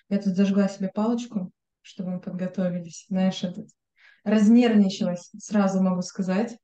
Я тут зажгла себе палочку, чтобы мы подготовились. Знаешь, разнервничалась, сразу могу сказать.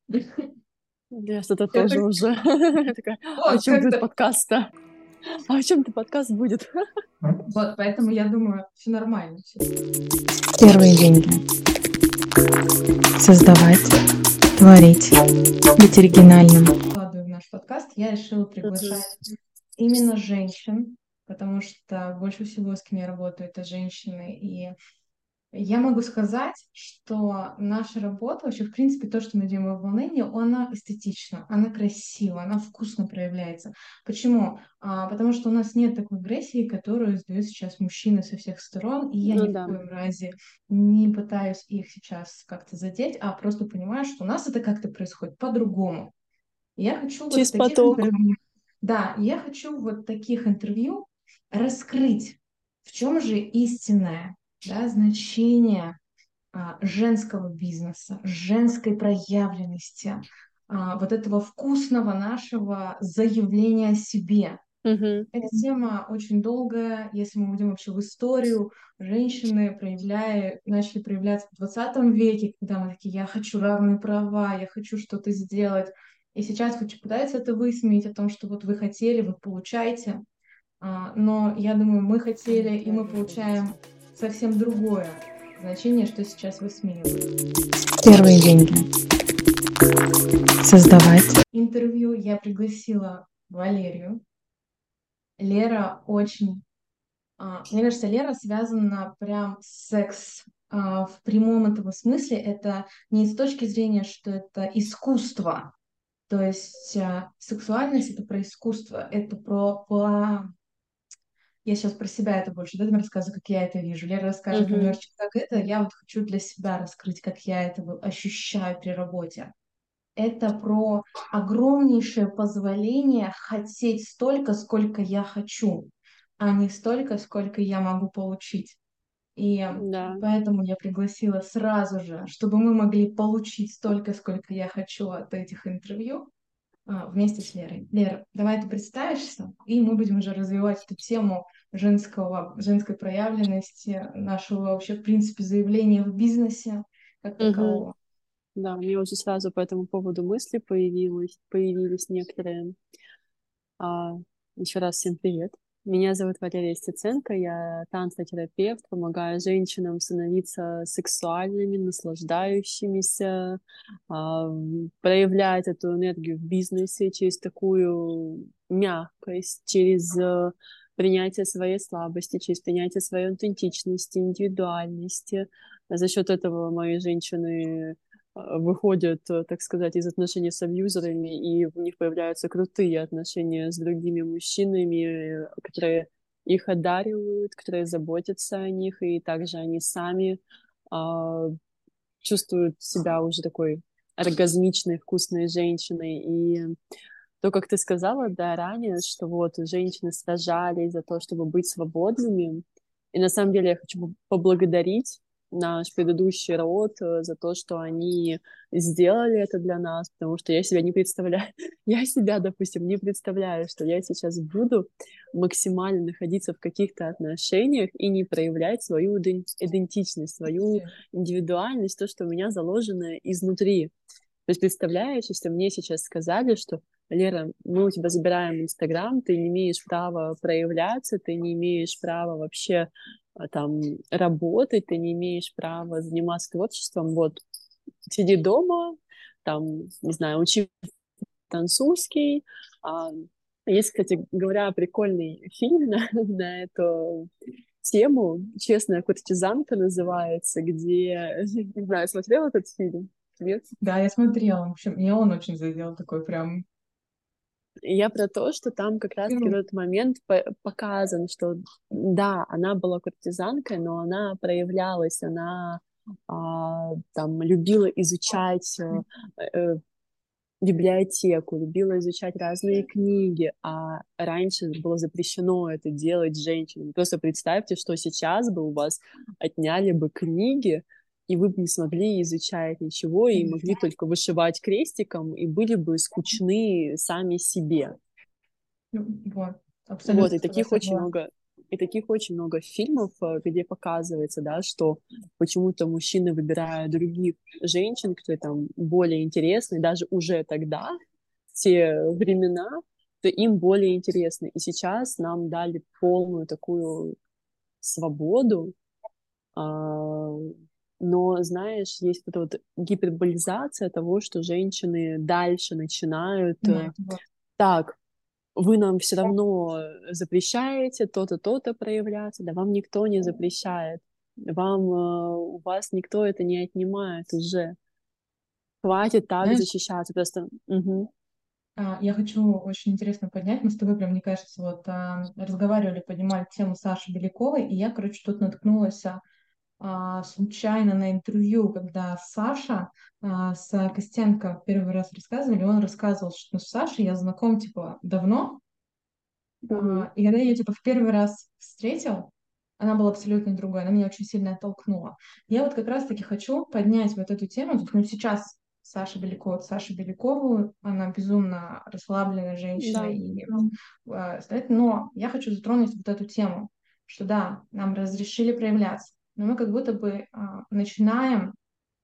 Я что-то Я тоже так, уже такая: "А о вот, чем будет как-то. подкаст-то? А о чем-то подкаст будет?" Вот, поэтому я думаю, все нормально. Первые деньги. Создавать, творить, быть оригинальным. Вкладываю в наш подкаст, я решила Мгм. приглашать именно женщин, потому что больше всего с кем я работаю, это женщины. И я могу сказать, что наша работа, вообще, в принципе, то, что мы делаем в волнении, она эстетична, она красива, она вкусно проявляется. Почему? Потому что у нас нет такой агрессии, которую сдают сейчас мужчины со всех сторон, и я Ну ни в да. коем разе не пытаюсь их сейчас как-то задеть, а просто понимаю, что у нас это как-то происходит по-другому. Я хочу вот в Через таких поток. интервью, да, я хочу вот таких интервью раскрыть, в чем же истинное, да, значение женского бизнеса, женской проявленности, вот этого вкусного нашего заявления о себе. Мгм. Эта тема очень долгая. Если мы уйдем вообще в историю, женщины начали проявляться в 20 веке, когда мы такие: я хочу равные права, я хочу что-то сделать. И сейчас пытаются это высмеять о том, что вот вы хотели, вы получаете. Но я думаю, мы хотели, и мы получаем совсем другое значение, что сейчас высмеивают. Первые деньги. Создавать, Интервью я пригласила Валерию. Лера очень мне кажется, Лера связана прям с секс в прямом этого смысле. Это не с точки зрения, что это искусство. То есть сексуальность — это про искусство, это Я сейчас про себя это больше, да, рассказываю, как я это вижу. Лера расскажет Мгм. немножечко, как это. Я вот хочу для себя раскрыть, как я это ощущаю при работе. Это про огромнейшее позволение хотеть столько, сколько я хочу, а не столько, сколько я могу получить. И Да. поэтому я пригласила сразу же, чтобы мы могли получить столько, сколько я хочу от этих интервью, вместе с Лерой. Лера, давай ты представишься, и мы будем уже развивать эту тему женской проявленности, нашего вообще, в принципе, заявления в бизнесе как Мгм. такового. Да, у меня уже сразу по этому поводу мысли появились некоторые. А, Еще раз всем привет. Меня зовут Валерия Стеценко, я танцотерапевт, помогаю женщинам становиться сексуальными, наслаждающимися, проявлять эту энергию в бизнесе через такую мягкость, через принятие своей слабости, через принятие своей аутентичности, индивидуальности. За счет этого мои женщины выходят, так сказать, из отношений с абьюзерами, и у них появляются крутые отношения с другими мужчинами, которые их одаривают, которые заботятся о них, и также они сами а, чувствуют себя уже такой оргазмичной, вкусной женщиной. И то, как ты сказала, да, ранее, что вот женщины сражались за то, чтобы быть свободными. И на самом деле я хочу поблагодарить наш предыдущий род за то, что они сделали это для нас, потому что я себя не представляю, я себя, допустим, не представляю, что я сейчас буду максимально находиться в каких-то отношениях и не проявлять свою идентичность, свою индивидуальность, то, что у меня заложено изнутри. То есть, представляешь, если мне сейчас сказали, что: Лера, мы у тебя забираем Инстаграм, ты не имеешь права проявляться, ты не имеешь права вообще там работать, ты не имеешь права заниматься творчеством, вот, сиди дома, там, не знаю, учи французский. А, Есть, кстати говоря, прикольный фильм на эту тему «Честная куртизанка» называется, где, не знаю, смотрел этот фильм? Нет? Да, я смотрела. В общем, мне он очень задел такой прям. И я про то, что там как раз-таки в этот момент показан, что да, она была куртизанкой, но она проявлялась, она там любила изучать э, библиотеку, любила изучать разные книги, а раньше было запрещено это делать женщинам. Просто представьте, что сейчас бы у вас отняли бы книги, и вы бы не смогли изучать ничего, и могли только вышивать крестиком, и были бы скучны сами себе. Вот, Вот, абсолютно и с тобой таких очень согласна. много. И таких очень много фильмов, где показывается, да, что почему-то мужчины выбирают других женщин, которые там более интересны, даже уже тогда, в те времена, то им более интересны. И сейчас нам дали полную такую свободу, а, но, знаешь, есть вот эта вот гиперболизация того, что женщины дальше начинают Да, вот. так, вы нам все равно запрещаете то-то, то-то проявляться, да вам никто не запрещает, вам, у вас никто это не отнимает уже. Хватит так Знаешь, защищаться, просто... Мгм. я хочу очень интересно поднять. Мы с тобой прям, мне кажется, вот разговаривали, поднимали тему Саши Беляковой, и я, короче, тут наткнулась случайно на интервью, когда Саша с Костенко первый раз рассказывали, он рассказывал, что с Сашей я знаком, типа, давно, Мгм. и когда я ее, типа, в первый раз встретил, она была абсолютно другой, она меня очень сильно оттолкнула. Я вот как раз-таки хочу поднять вот эту тему, то есть, ну, сейчас Саша Белякову, она безумно расслабленная женщина, Да. и, но я хочу затронуть вот эту тему, что да, нам разрешили проявляться, но мы как будто бы начинаем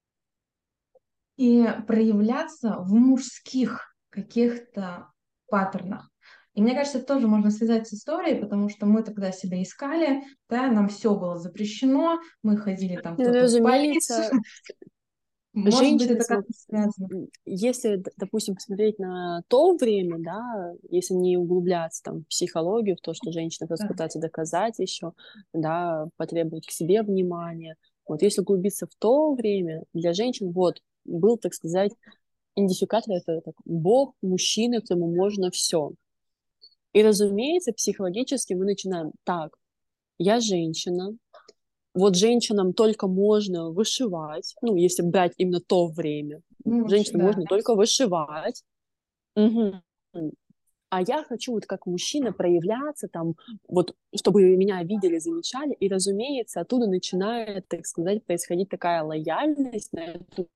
и проявляться в мужских каких-то паттернах. И мне кажется, это тоже можно связать с историей, потому что мы тогда себя искали, да, нам все было запрещено, мы ходили там Ну, кто-то в полицию. разумеется, Может быть, женщины, это как-то связано. если, допустим, посмотреть на то время, да, если не углубляться там в психологию, в то, что женщина просто Да. пытается доказать еще, да, потребовать к себе внимания, вот если углубиться в то время, для женщин, вот, был, так сказать, идентификатор, это так, Бог, мужчина, которому можно все. И, разумеется, психологически мы начинаем, так, я женщина, вот женщинам только можно вышивать, ну, если брать именно то время, Ну, вообще, женщинам да. можно только вышивать. Мгм. А я хочу вот как мужчина проявляться там, вот, чтобы меня видели, замечали, и, разумеется, оттуда начинает, так сказать, происходить такая лояльность на эту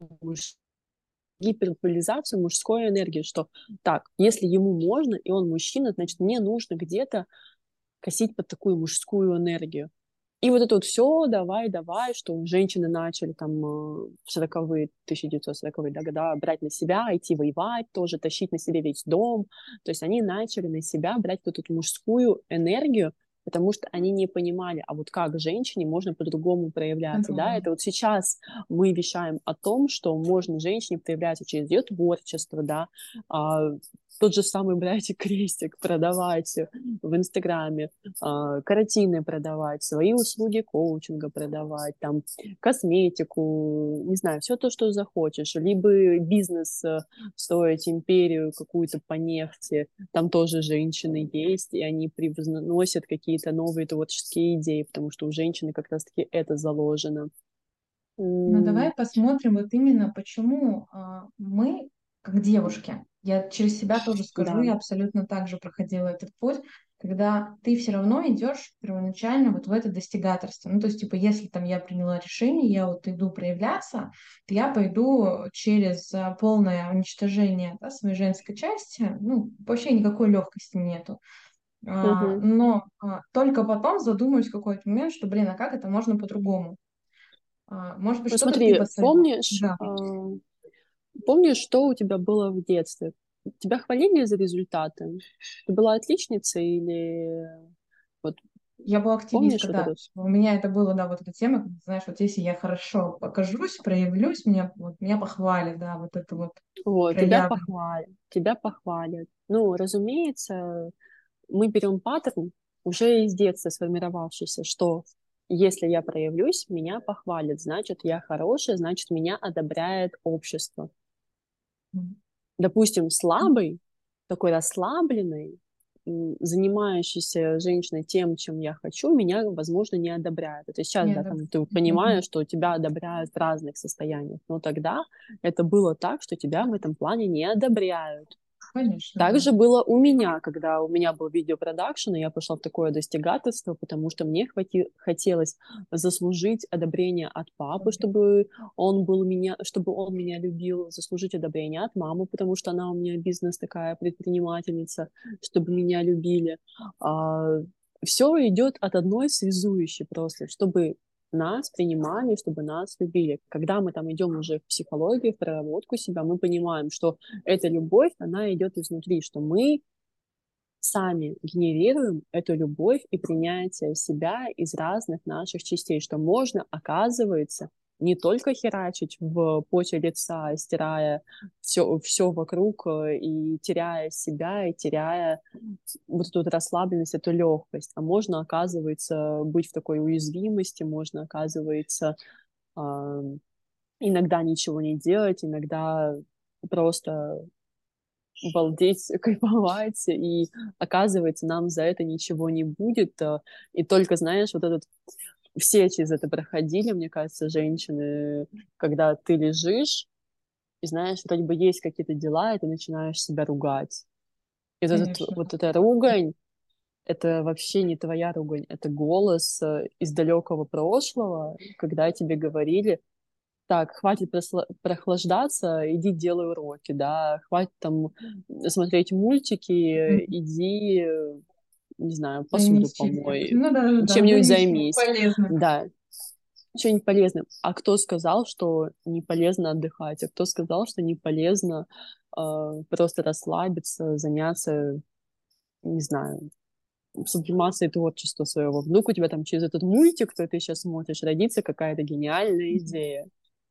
гиперболизацию мужской энергии, что так, если ему можно, и он мужчина, значит, мне нужно где-то косить под такую мужскую энергию. И вот это вот все, давай, давай, что женщины начали там в 40-е, 1940-е, да, года брать на себя, идти воевать тоже, тащить на себе весь дом. То есть они начали на себя брать вот эту мужскую энергию, потому что они не понимали, а вот как женщине можно по-другому проявляться, да, По-другому. это вот сейчас мы вещаем о том, что можно женщине проявляться через ее творчество, да, а, тот же самый братик крестик продавать в Инстаграме, каротины продавать, свои услуги коучинга продавать, там, косметику, не знаю, все то, что захочешь, либо бизнес строить, империю какую-то по нефти, там тоже женщины есть, и они привносят какие-то новые творческие идеи, потому что у женщины как раз-таки это заложено. Но давай посмотрим вот именно, почему мы, как девушки, я через себя тоже скажу, Да. я абсолютно так же проходила этот путь, когда ты все равно идешь первоначально вот в это достигаторство. Ну, то есть, типа, если там я приняла решение, я вот иду проявляться, то я пойду через полное уничтожение, да, своей женской части, ну, вообще никакой легкости нету. Мгм. Но только потом задумаюсь в какой-то момент, что, блин, а как это можно по-другому? Может быть, Ну что-то ты смотри, посоветуешь? Да. помнишь, что у тебя было в детстве? Тебя хвалили за результаты? Ты была отличницей или вот Я была помнишь активистка, вот да. это? У меня это было, да, вот эта тема, когда, знаешь, вот если я хорошо покажусь, проявлюсь, меня похвалят, да, вот это вот Вот, тебя проявлено. похвалят, тебя похвалят. Ну, разумеется, мы берем паттерн уже из детства сформировавшийся, что если я проявлюсь, меня похвалят, значит, я хорошая, значит, меня одобряет общество. Допустим, слабый, такой расслабленный, занимающийся женщиной тем, чем я хочу, меня, возможно, не одобряют. Это сейчас, Нет, да, да. там, ты Мгм. понимаешь, что тебя одобряют в разных состояниях, но тогда это было так, что тебя в этом плане не одобряют. Конечно, да. Также было у меня, когда у меня был видеопродакшн, и я пошла в такое достигательство, потому что мне хотелось заслужить одобрение от папы, чтобы он был меня, чтобы он меня любил, заслужить одобрение от мамы, потому что она у меня бизнес такая предпринимательница, чтобы меня любили. А, все идет от одной связующей просто, чтобы нас принимали, чтобы нас любили. Когда мы там идем уже в психологию, в проработку себя, мы понимаем, что эта любовь, она идет изнутри, что мы сами генерируем эту любовь и принятие себя из разных наших частей, что можно, оказывается, не только херачить в поте лица, стирая все вокруг и теряя себя, и теряя вот эту вот расслабленность, эту легкость, а можно, оказывается, быть в такой уязвимости, можно, оказывается, а, иногда ничего не делать, иногда просто балдеть, кайфовать, и оказывается, нам за это ничего не будет. И только, знаешь, вот этот... Все через это проходили, мне кажется, женщины, когда ты лежишь, и знаешь, вроде бы есть какие-то дела, и ты начинаешь себя ругать. И Конечно. вот эта ругань, это вообще не твоя ругань, это голос из далекого прошлого, когда тебе говорили: так, хватит прохлаждаться, иди делай уроки, да, хватит там смотреть мультики, Мгм. иди, не знаю, посуду Займись чем-нибудь. помой, Ну да, да, чем-нибудь займись чем-нибудь займись, полезным. да, что-нибудь полезным. А кто сказал, что не полезно отдыхать? А кто сказал, что не полезно просто расслабиться, заняться, не знаю, сублимацией творчества своего? Вдруг у тебя там через этот мультик, который ты сейчас смотришь, родится какая-то гениальная идея.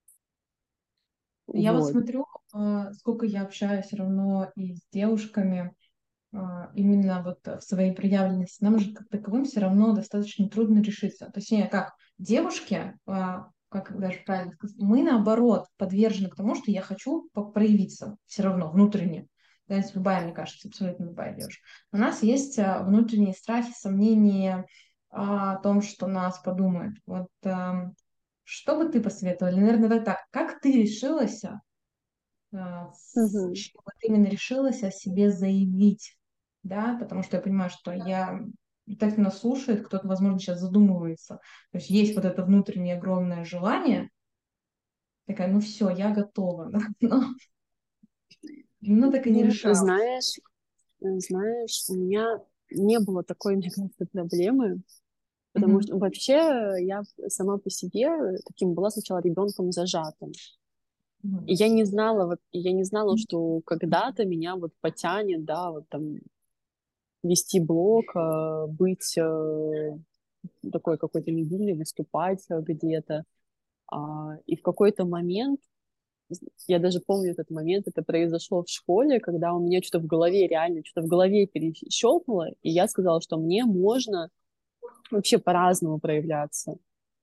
Я вот Вот. смотрю, сколько я общаюсь все равно и с девушками, именно вот в своей проявленности, нам же как таковым все равно достаточно трудно решиться. Точнее, как девушки, как даже правильно сказать, мы наоборот подвержены к тому, что я хочу проявиться все равно внутренне. Да, это любая, мне кажется, абсолютно любая девушка. У нас есть внутренние страхи, сомнения о том, что нас подумают. Вот что бы ты посоветовала? Наверное, давай так. Как ты решилась, Мгм. вот именно решилась о себе заявить, да, потому что я понимаю, что я так нас слушает, кто-то, возможно, сейчас задумывается. То есть есть вот это внутреннее огромное желание, такая, ну все, я готова, да, но так и не Ну, решалась. знаешь, у меня не было такой, мне кажется, проблемы, потому Мгм. что вообще я сама по себе таким была сначала ребенком зажатым. И Мгм. я не знала, что когда-то меня вот потянет, да, вот там вести блог, быть такой какой-то медийной, выступать где-то. И в какой-то момент, я даже помню этот момент, это произошло в школе, когда у меня что-то в голове, реально что-то в голове перещелкнуло, и я сказала, что мне можно вообще по-разному проявляться.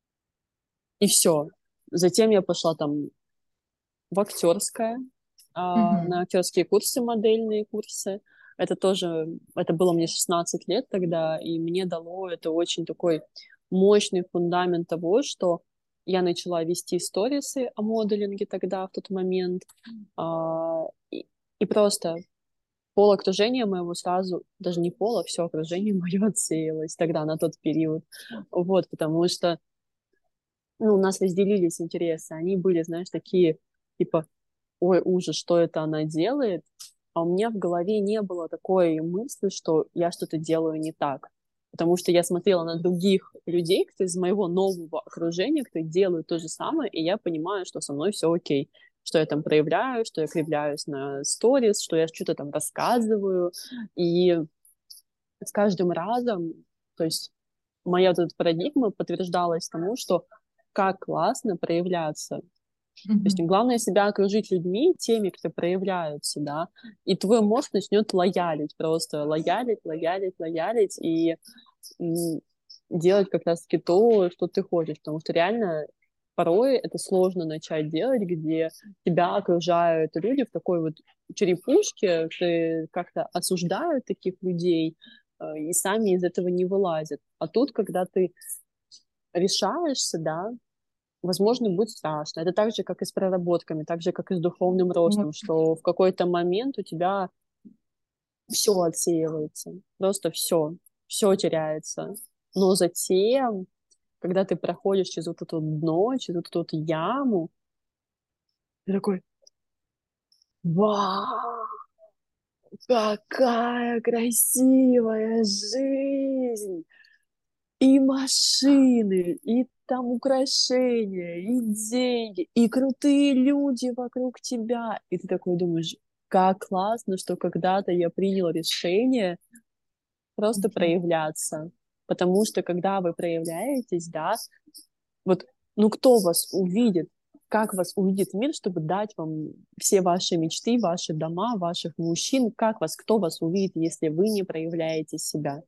И все. Затем я пошла там в актерское, на Мгм. актерские курсы, модельные курсы. Это тоже, это было мне 16 лет тогда, и мне дало это очень такой мощный фундамент того, что я начала вести сторисы о моделинге тогда, в тот момент, а, и, и просто пол окружения моего сразу, даже не пол, а все окружение мое отсеялось тогда, на тот период. Вот, потому что, ну, у нас разделились интересы. Они были, знаешь, такие, типа, ой, ужас, что это она делает? А у меня в голове не было такой мысли, что я что-то делаю не так. Потому что я смотрела на других людей, кто из моего нового окружения, кто делают то же самое, и я понимаю, что со мной все окей. Что я там проявляю, что я кривляюсь на сторис, что я что-то там рассказываю. И с каждым разом, то есть моя вот эта парадигма подтверждалась тому, что как классно проявляться. То есть Мгм. главное себя окружить людьми, теми, кто проявляются, да, и твой мозг начнет лоялить, просто лоялить, и м, делать как раз-таки то, что ты хочешь, потому что реально порой это сложно начать делать, где тебя окружают люди в такой вот черепушке, ты как-то осуждают таких людей, и сами из этого не вылазят. А тут, когда ты решаешься, да, возможно, будет страшно. Это так же, как и с проработками, так же, как и с духовным Вот. ростом, что в какой-то момент у тебя все отсеивается, просто все теряется. Но затем, когда ты проходишь через вот это вот дно, через вот эту вот яму, ты такой: вау! какая красивая жизнь! И машины, и там украшения, и деньги, и крутые люди вокруг тебя. И ты такой думаешь, как классно, что когда-то я принял решение просто Мгм. проявляться. Потому что когда вы проявляетесь, да, вот, ну кто вас увидит, как вас увидит мир, чтобы дать вам все ваши мечты, ваши дома, ваших мужчин, как вас, кто вас увидит, если вы не проявляете себя?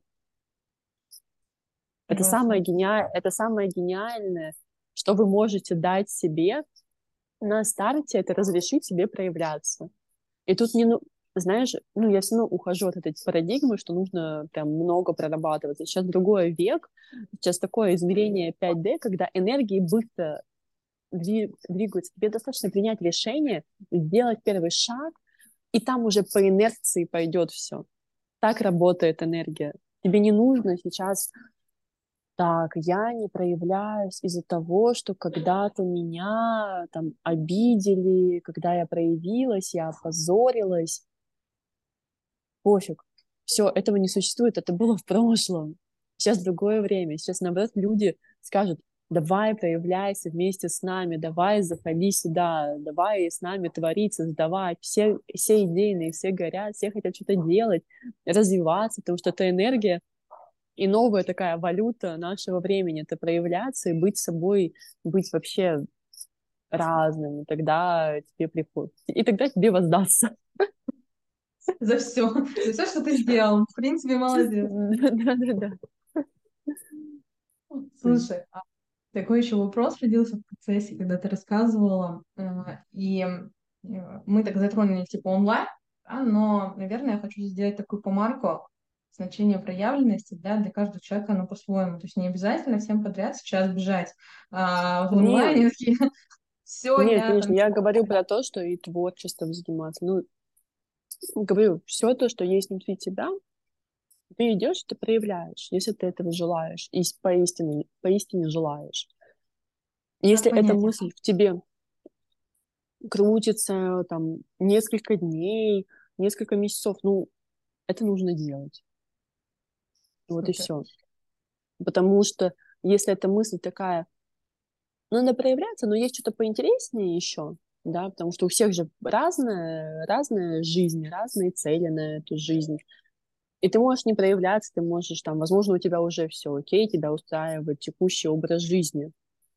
Согласна. Это самое гениальное, что вы можете дать себе на старте, это разрешить себе проявляться. И тут не, ну, знаешь, ну, я все равно ухожу от этой парадигмы, что нужно прям много прорабатывать. Сейчас другой век, сейчас такое измерение 5D, когда энергии быстро двигаются. Тебе достаточно принять решение, сделать первый шаг, и там уже по инерции пойдет все. Так работает энергия. Тебе не нужно сейчас так, я не проявляюсь из-за того, что когда-то меня там обидели, когда я проявилась, я опозорилась. Пофиг. Все, этого не существует, это было в прошлом. Сейчас другое время. Сейчас, наоборот, люди скажут, давай проявляйся вместе с нами, давай заходи сюда, давай с нами творить, создавать. Все идейные, все горят, все хотят что-то делать, развиваться, потому что это энергия, и новая такая валюта нашего времени — это проявляться и быть собой, быть вообще разным. И тогда тебе приходит. И тогда тебе воздастся. За все. За все, что ты сделал. В принципе, молодец. Да-да-да. Слушай, такой еще вопрос родился в процессе, когда ты рассказывала, и мы так затронули типа онлайн, да, но, наверное, я хочу сделать такую помарку. Значение проявленности, да, для каждого человека оно по-своему. То есть не обязательно всем подряд сейчас бежать в Нет, онлайне. Все, нет, я конечно, там... я говорю про то, что и творчеством заниматься. Ну, говорю, все то, что есть внутри тебя, ты идешь, ты проявляешь, если ты этого желаешь, и поистине желаешь. Как Если эта понять? мысль в тебе крутится там несколько дней, несколько месяцев, ну, это нужно делать. Вот и Супер. все. Потому что если эта мысль такая, ну, надо проявляться, но есть что-то поинтереснее еще, да, потому что у всех же разная жизнь, разные цели на эту жизнь. И ты можешь не проявляться, ты можешь там, возможно, у тебя уже все окей, тебя устраивает текущий образ жизни.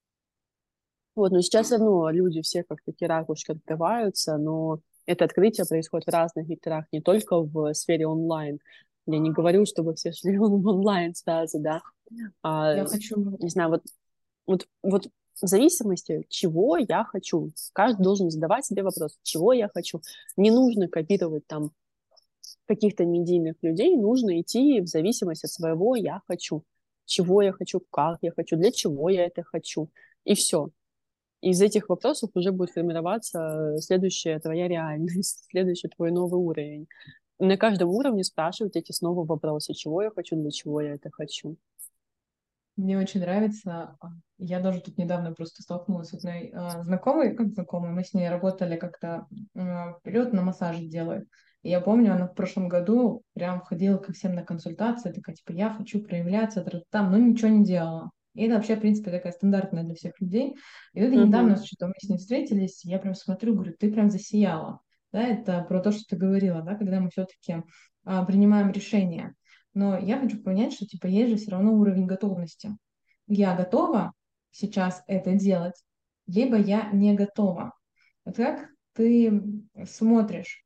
Вот, но сейчас все равно люди все как такие ракушки открываются, но это открытие происходит в разных векторах, не только в сфере онлайн. Я не говорю, чтобы все шли в онлайн сразу, да, а, Я хочу... не знаю, вот в зависимости, чего я хочу. Каждый должен задавать себе вопрос, чего я хочу. Не нужно копировать там каких-то медийных людей, нужно идти в зависимости от своего «я хочу». Чего я хочу, как я хочу, для чего я это хочу. И все. Из этих вопросов уже будет формироваться следующая твоя реальность, следующий твой новый уровень. И на каждом уровне спрашивать эти снова вопросы, чего я хочу, для чего я это хочу. Мне очень нравится. Я даже тут недавно просто столкнулась с одной знакомой, как знакомой, мы с ней работали как-то вперед на массаже делают. И я помню, она в прошлом году прям ходила ко всем на консультации, такая, типа, я хочу проявляться, там, но ничего не делала. И это вообще, в принципе, такая стандартная для всех людей. И вот недавно Мгм. что-то мы с ней встретились, я прям смотрю, говорю, ты прям засияла. Да, это про то, что ты говорила, да, когда мы все-таки принимаем решение. Но я хочу понять, что типа есть же все равно уровень готовности. Я готова сейчас это делать, либо я не готова. Вот как ты смотришь?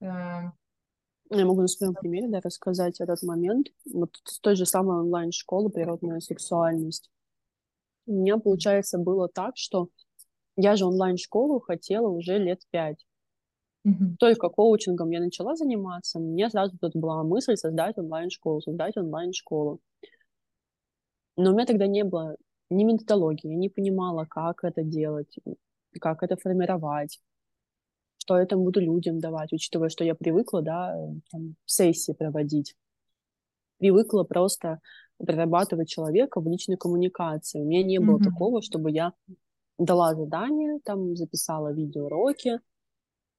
Я могу на своем примере, да, рассказать этот момент. Вот с той же самой онлайн-школы «Природная сексуальность». У меня, получается, было так, что я же онлайн-школу хотела уже лет 5. Мгм. Только коучингом я начала заниматься, у меня сразу тут была мысль создать онлайн-школу. Но у меня тогда не было ни методологии, я не понимала, как это делать, как это формировать, что я там буду людям давать, учитывая, что я привыкла, да, там, сессии проводить. Привыкла просто прорабатывать человека в личной коммуникации. У меня не было Мгм. такого, чтобы я дала задание, там записала видеоуроки,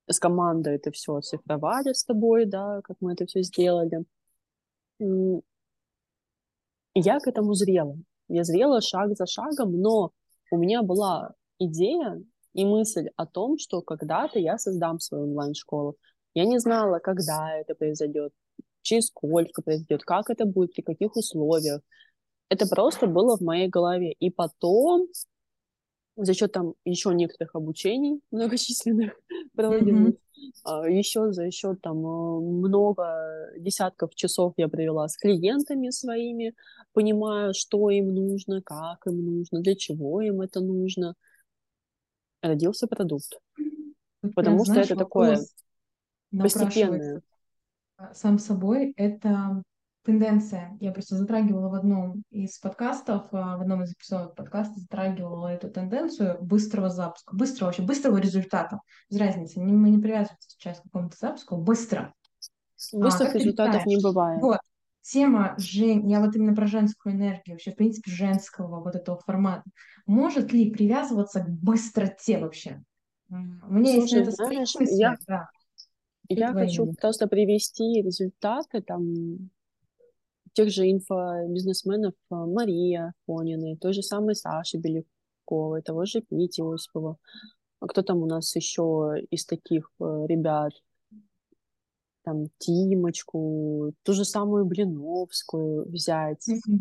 с командой это все оцифровали с тобой, да, как мы это все сделали. М, И я к этому зрела. Я зрела шаг за шагом, но у меня была идея и мысль о том, что когда-то я создам свою онлайн-школу. Я не знала, когда это произойдет, через сколько произойдет, как это будет, при каких условиях. Это просто было в моей голове. И потом, за счет там еще некоторых обучений многочисленных Мгм. пройденных, еще за счет там много десятков часов я провела с клиентами своими, понимая, что им нужно, как им нужно, для чего им это нужно, родился продукт. Тут прям, Потому что знаешь, это такое вопрос напрашивается постепенное. сам собой. Это тенденция. Я просто затрагивала в одном из подкастов, в одном из эпизодов подкаста затрагивала эту тенденцию быстрого запуска, быстрого вообще, быстрого результата. Без разницы, мы не привязываемся сейчас к какому-то запуску, быстро. Быстрых Как ты результатов считаешь? не бывает. Вот, тема я вот именно про женскую энергию, вообще, в принципе, женского вот этого формата. Может ли привязываться к быстроте вообще? У меня есть на Слушай, это свои знаешь, мысли, да. Какие я твои хочу мнения? просто привести результаты там тех же инфобизнесменов Мария Фониной, той же самой Саши Беляковой, того же Пети Осипова. А кто там у нас еще из таких ребят? Там Тимочку, ту же самую Блиновскую взять, Мгм.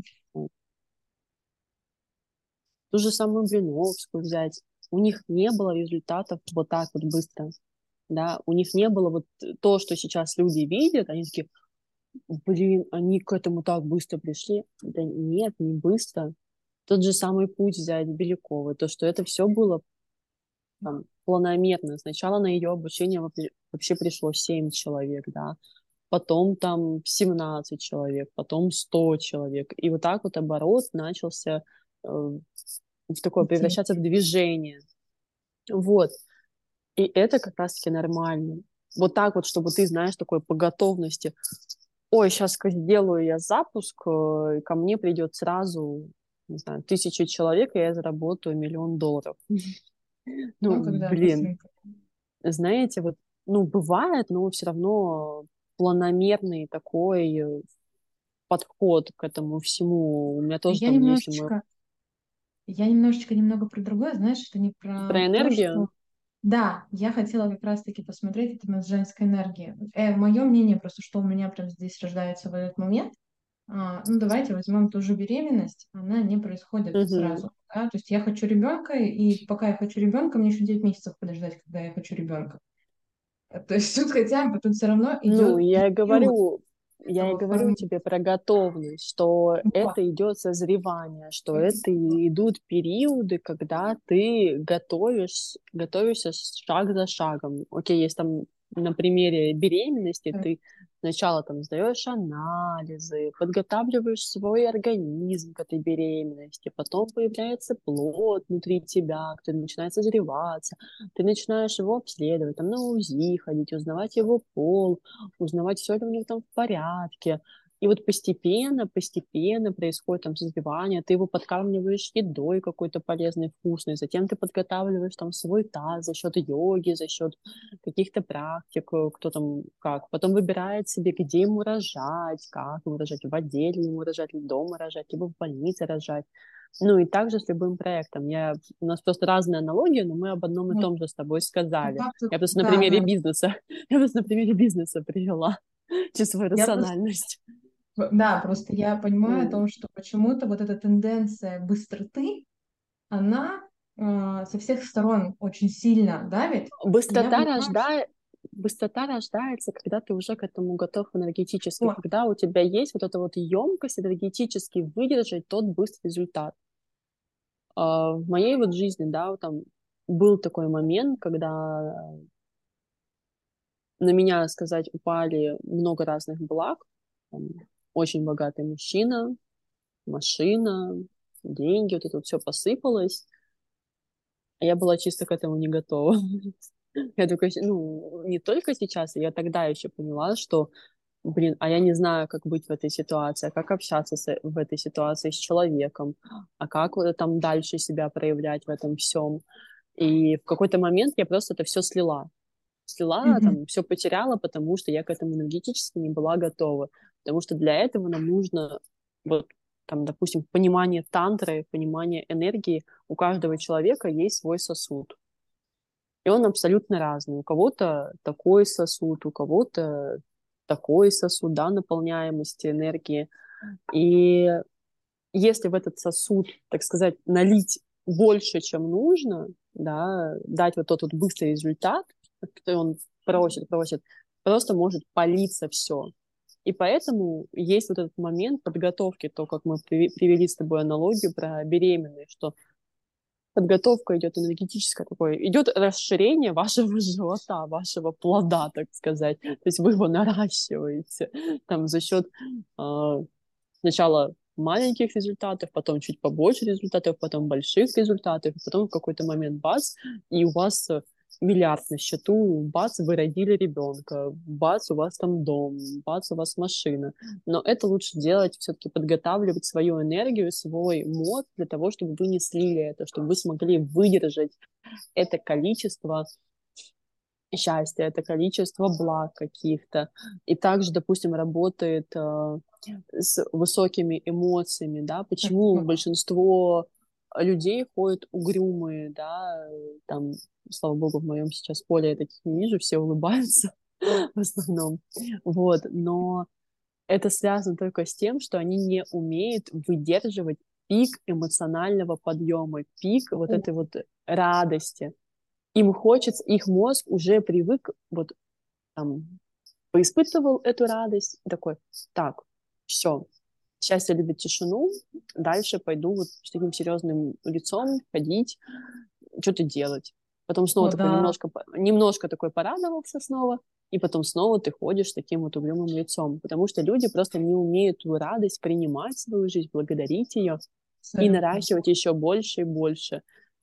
ту же самую Блиновскую взять. У них не было результатов вот так вот быстро. Да, у них не было вот то, что сейчас люди видят, они такие, блин, они к этому так быстро пришли. Да нет, не быстро. Тот же самый путь взять Беляковой, то, что это все было там планомерно. Сначала на ее обучение вообще пришло 7 человек, да, потом там 17 человек, потом 100 человек. И вот так вот оборот начался в такое Идти. превращаться в движение. Вот. И это как раз-таки нормально. Вот так вот, чтобы ты, знаешь, такой по готовности. Ой, сейчас сделаю я запуск, и ко мне придет сразу, не знаю, 1000 человек, и я заработаю $1 000 000. Ну, Ну, когда блин, быстренько. знаете, вот, ну, бывает, но все равно планомерный такой подход к этому всему. У меня тоже Я там есть мой... немножечко, я немножечко немного про другое, знаешь, это не Про про то, энергию? что... Да, я хотела как раз-таки посмотреть это с женской энергией. Мое мнение просто, что у меня прям здесь рождается в этот момент. Ну, давайте возьмем ту же беременность, она не происходит Мгм. сразу. Да? То есть я хочу ребенка, и пока я хочу ребенка, мне еще 9 месяцев подождать, когда я хочу ребенка. То есть тут хотя бы, тут все равно Ну, идет период я и этого говорю формирования. тебе про готовность, что Вот. это идет созревание, что это идут периоды, когда ты готовишься шаг за шагом. Окей, есть там на примере беременности ты сначала там сдаешь анализы, подготавливаешь свой организм к этой беременности, потом появляется плод внутри тебя, который начинает созреваться, ты начинаешь его обследовать, там на УЗИ ходить, узнавать его пол, узнавать, все ли у него там в порядке. И вот постепенно происходит там созревание, ты его подкармливаешь едой какой-то полезной, вкусной, затем ты подготавливаешь там свой таз за счет йоги, за счет каких-то практик, кто там как. Потом выбирает себе, где ему рожать, как ему рожать, в отделе ему рожать, или дома рожать, либо в больнице рожать. Ну и также с любым проектом. У нас просто разные аналогии, но мы об одном и Вот. том же с тобой По сказали. факту, Я просто на да, примере да. бизнеса, я просто на примере бизнеса привела через свою Я просто, рациональность. да, просто я понимаю о М. том, что почему-то вот эта тенденция быстроты, она со всех сторон очень сильно давит. И я Быстрота понимаю, что рождает, быстрота рождается, когда ты уже к этому готов энергетически, вот, когда у тебя есть вот эта вот емкость энергетически выдержать тот быстрый результат. В моей вот жизни, да, вот там был такой момент, когда на меня, сказать, упали много разных благ. Там, очень богатый мужчина, машина, деньги, вот это вот все посыпалось. А я была чисто к этому не готова. Я только, ну, не только сейчас, я тогда еще поняла, что, блин, а я не знаю, как быть в этой ситуации, а как общаться в этой ситуации с человеком, а как вот там дальше себя проявлять в этом всем. И в какой-то момент я просто это все слила. слила, Мгм. там, все потеряла, потому что я к этому энергетически не была готова. Потому что для этого нам нужно, вот, там, допустим, понимание тантры, понимание энергии. У каждого человека есть свой сосуд. И он абсолютно разный. У кого-то такой сосуд, у кого-то такой сосуд, да, наполняемости энергии. И если в этот сосуд, так сказать, налить больше, чем нужно, да, дать вот тот вот быстрый результат, который он просит, просто может палиться все. И поэтому есть вот этот момент подготовки, то, как мы привели с тобой аналогию про беременность, что подготовка идет энергетическая такое, идет расширение вашего живота, вашего плода, так сказать. То есть вы его наращиваете там за счет сначала маленьких результатов, потом чуть побольше результатов, потом больших результатов, и потом в какой-то момент бац, и у вас миллиард на счету, бац, вы родили ребенка, бац, у вас там дом, бац, у вас машина. Но это лучше делать, все-таки подготавливать свою энергию, свой мозг для того, чтобы вы не слили это, чтобы вы смогли выдержать это количество счастья, это количество благ каких-то. И также, допустим, работает с высокими эмоциями, да, почему Спасибо. большинство людей ходят угрюмые, да, там, слава богу, в моем сейчас поле я таких не вижу, все улыбаются в основном, вот, но это связано только с тем, что они не умеют выдерживать пик эмоционального подъема, пик вот этой вот радости. Им хочется, их мозг уже привык, вот там, поиспытывал эту радость, и такой, так, все, счастье любит тишину, дальше пойду вот с таким серьезным лицом ходить, что-то делать. Потом снова О, такой да, немножко такой порадовался снова, и потом снова ты ходишь с таким вот угрюмым лицом, потому что люди просто не умеют эту радость принимать в свою жизнь, благодарить ее и абсолютно. наращивать еще больше и больше.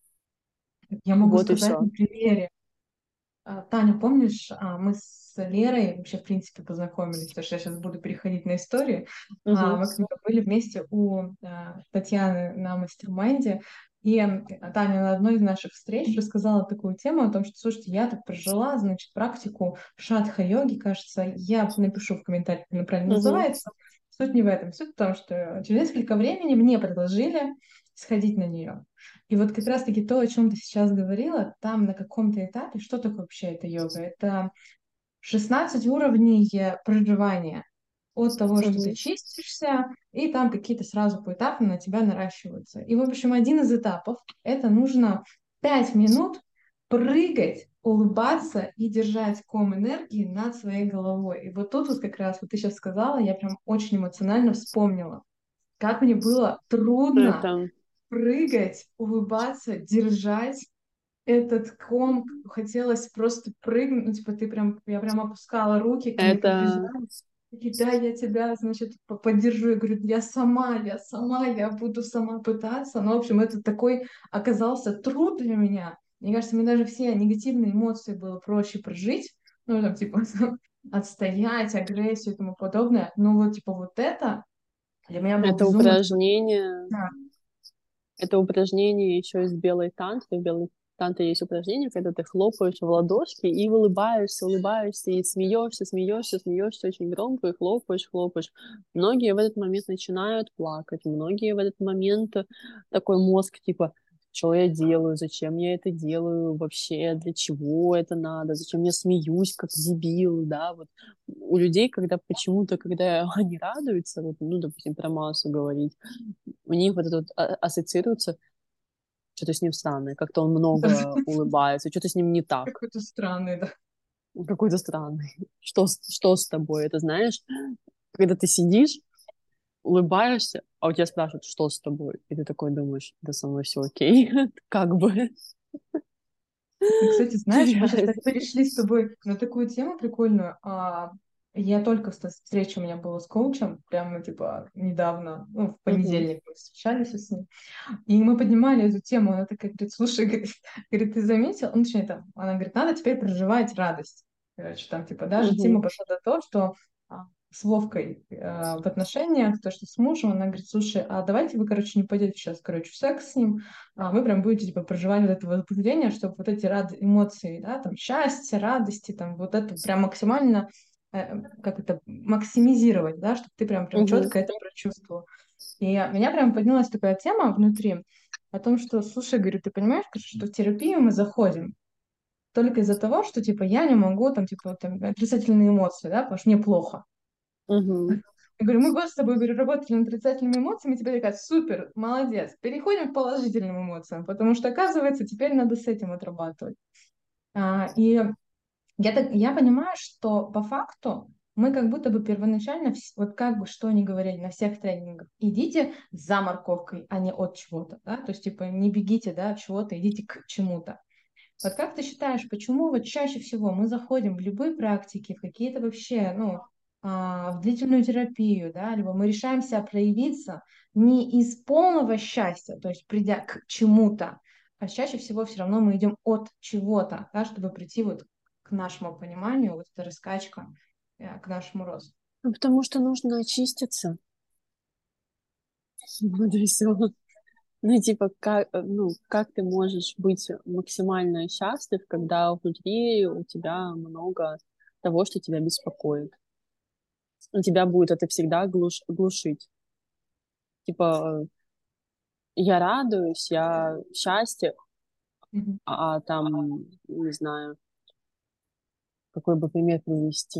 Я могу Вот и сказать все. на примере. Таня, помнишь, мы с Лерой вообще, в принципе, познакомились, потому что я сейчас буду переходить на историю. Угу. Мы когда были вместе у Татьяны на мастер-майнде, и Таня на одной из наших встреч рассказала такую тему о том, что, слушайте, я тут прожила, значит, практику шатха-йоги, кажется, я напишу в комментариях, как она правильно Угу. называется. Суть не в этом. Суть в том, что через несколько времени мне предложили сходить на нее. И вот как раз-таки то, о чем ты сейчас говорила, там на каком-то этапе, что такое вообще эта йога? Это 16 уровней проживания. От того, что ты Угу. чистишься, и там какие-то сразу поэтапно на тебя наращиваются. И, в общем, один из этапов — это нужно 5 минут прыгать, улыбаться и держать ком энергии над своей головой. И вот тут вот как раз, вот ты сейчас сказала, я прям очень эмоционально вспомнила, как мне было трудно Это, прыгать, улыбаться, держать этот ком. Хотелось просто прыгнуть, ну, типа ты прям, я прям опускала руки, ко мне это подбежали. Такие, да, я тебя, значит, поддержу. Я говорю, я буду сама пытаться. Ну, в общем, это такой оказался труд для меня. Мне кажется, мне даже все негативные эмоции было проще прожить. Ну, там, типа, отстоять, агрессию и тому подобное. Ну, вот, типа, вот это для меня было Это безумно упражнение, трудно. это упражнение еще из белой тантры. В белой тантре есть упражнение, когда ты хлопаешь в ладошки и улыбаешься, улыбаешься, и смеешься, смеешься, смеешься очень громко, и хлопаешь, хлопаешь. Многие в этот момент начинают плакать, многие в этот момент такой мозг типа, что я делаю, зачем я это делаю вообще, для чего это надо, зачем я смеюсь, как дебил, да, вот у людей, когда почему-то, когда они радуются, вот, ну, допустим, про массу говорить, у них вот это вот ассоциируется, что-то с ним странное, как-то он много улыбается, что-то с ним не так, Какой-то странный, да. какой-то странный. Что с тобой? Это знаешь, когда ты сидишь, улыбаешься, а у тебя спрашивают, что с тобой? И ты такой думаешь, да со мной все окей, как бы. И, кстати, знаешь, мы сейчас так перешли с тобой на такую тему прикольную. Я только встреча у меня была с коучем, прямо, типа, недавно, ну, в Мгм. понедельник мы встречались с ним, и мы поднимали эту тему. Она такая говорит, слушай, говорит, ты заметил? Ну, точнее, там, она говорит, надо теперь проживать радость. Короче, там, типа, даже Мгм. тема пошла до того, что с Вовкой в отношениях, то, что с мужем, она говорит, слушай, а давайте вы, короче, не пойдете сейчас, короче, в секс с ним, а вы прям будете, типа, проживать вот это возбуждение, чтобы вот эти эмоции, да, там, счастья, радости, там, вот это прям максимально, как это, максимизировать, да, чтобы ты прям Мгм. четко это прочувствовал. И меня прям поднялась такая тема внутри о том, что, слушай, говорю, ты понимаешь, что в терапию мы заходим только из-за того, что, типа, я не могу, там, типа, вот, там, отрицательные эмоции, да, потому что мне плохо. Мгм. Я говорю, мы год с тобой, говорю, работали над отрицательными эмоциями, тебе такая, супер, молодец, переходим к положительным эмоциям, потому что, оказывается, теперь надо с этим отрабатывать. И я понимаю, что по факту мы как будто бы первоначально, вот как бы что ни говорили на всех тренингах, идите за морковкой, а не от чего-то, да, то есть, типа, не бегите, да, от чего-то, идите к чему-то. Вот как ты считаешь, почему вот чаще всего мы заходим в любые практики, в какие-то вообще, ну, в длительную терапию, да, либо мы решаемся проявиться не из полного счастья, то есть придя к чему-то, а чаще всего все равно мы идем от чего-то, да, чтобы прийти вот к нашему пониманию, вот эта раскачка, к нашему росту. Ну, потому что нужно очиститься. Вот и все. Ну, типа, как ты можешь быть максимально счастлив, когда внутри у тебя много того, что тебя беспокоит? У тебя будет это всегда глушить. Типа, я радуюсь, я счастье, Мгм. там, не знаю, какой бы пример привести.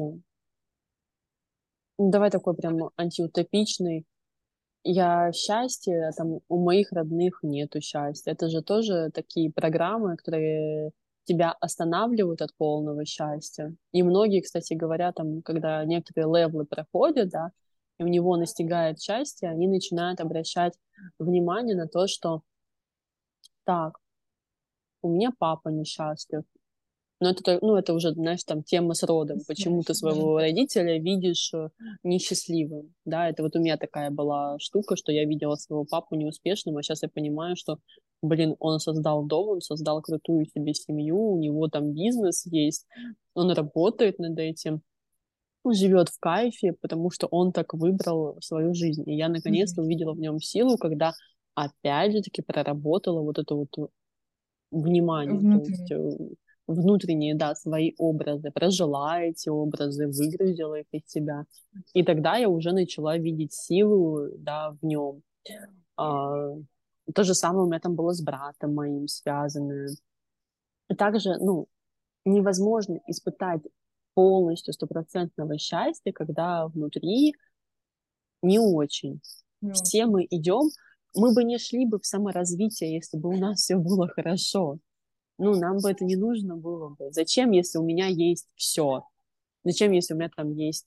Ну, давай такой прям антиутопичный. Я счастье, а там у моих родных нету счастья. Это же тоже такие программы, которые тебя останавливают от полного счастья. И многие, кстати говоря, там, когда некоторые левелы проходят, да, и у него настигает счастье, они начинают обращать внимание на то, что так, у меня папа несчастлив. Но это уже, знаешь, там тема с родом. Почему ты Следующий, да. своего родителя видишь несчастливым? Да, это вот у меня такая была штука, что я видела своего папу неуспешным, а сейчас я понимаю, что, блин, он создал дом, он создал крутую себе семью, у него там бизнес есть, он работает над этим, он живет в кайфе, потому что он так выбрал свою жизнь. И я наконец-то Жизнь. увидела в нем силу, когда опять же таки проработала вот это вот внимание, то есть Внутренний. внутренние, да, свои образы, прожила эти образы, выгрузила их из себя. И тогда я уже начала видеть силу, да, в нем. А, То же самое у меня там было с братом моим связано. И также, ну, невозможно испытать полностью стопроцентного счастья, когда внутри не очень. Не Все очень. мы идем, мы бы не шли бы в саморазвитие, если бы у нас все было хорошо. Ну, нам бы это не нужно было бы. Зачем, если у меня есть все? Зачем, если у меня там есть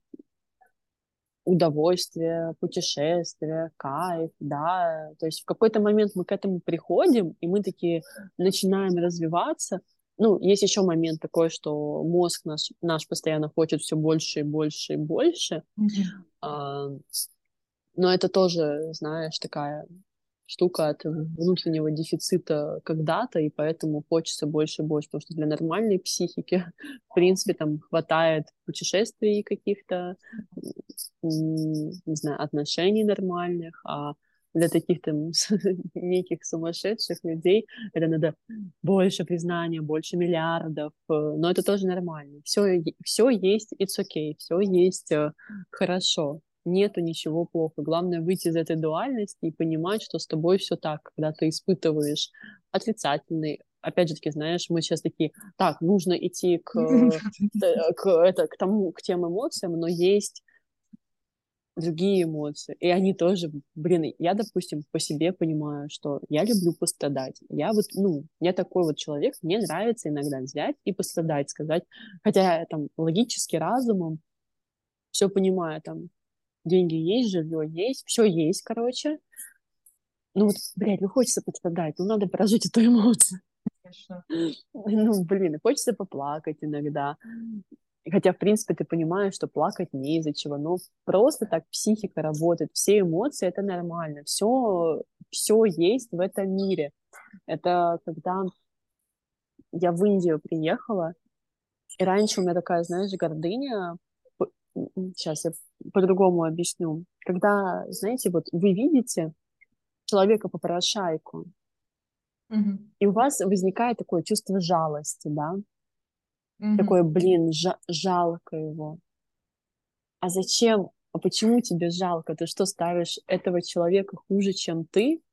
удовольствие, путешествие, кайф, да? То есть в какой-то момент мы к этому приходим, и мы такие начинаем развиваться. Ну, есть еще момент такой, что мозг наш постоянно хочет все больше и больше и больше. Мгм. А, но это тоже, знаешь, такая штука от внутреннего дефицита когда-то, и поэтому хочется больше и больше, потому что для нормальной психики, в принципе, там хватает путешествий каких-то, не знаю, отношений нормальных, а для таких там неких сумасшедших людей это надо больше признания, больше миллиардов, но это тоже нормально. Все есть, it's okay, все есть хорошо. Нету ничего плохо. Главное выйти из этой дуальности и понимать, что с тобой все так, когда ты испытываешь отрицательный. Опять же таки, знаешь, мы сейчас такие, так, нужно идти к тем эмоциям, но есть другие эмоции, и они тоже, блин, я, допустим, по себе понимаю, что я люблю пострадать. Я вот, ну, я такой вот человек, мне нравится иногда взять и пострадать, сказать, хотя я там логически, разумом все понимаю, там, деньги есть, жилье есть, все есть, короче. Ну вот, блядь, ну хочется пострадать, ну надо прожить эту эмоцию. Конечно. Ну, блин, и хочется поплакать иногда. Хотя, в принципе, ты понимаешь, что плакать не из-за чего. Но просто так психика работает. Все эмоции — это нормально. Все есть в этом мире. Это когда я в Индию приехала, и раньше у меня такая, знаешь, гордыня Сейчас я по-другому объясню. Когда, знаете, вот вы видите человека-попрошайку, Мгм. и у вас возникает такое чувство жалости, да? Такое, Мгм. блин, жалко его. А зачем? А почему тебе жалко? Ты что, ставишь этого человека хуже, чем ты?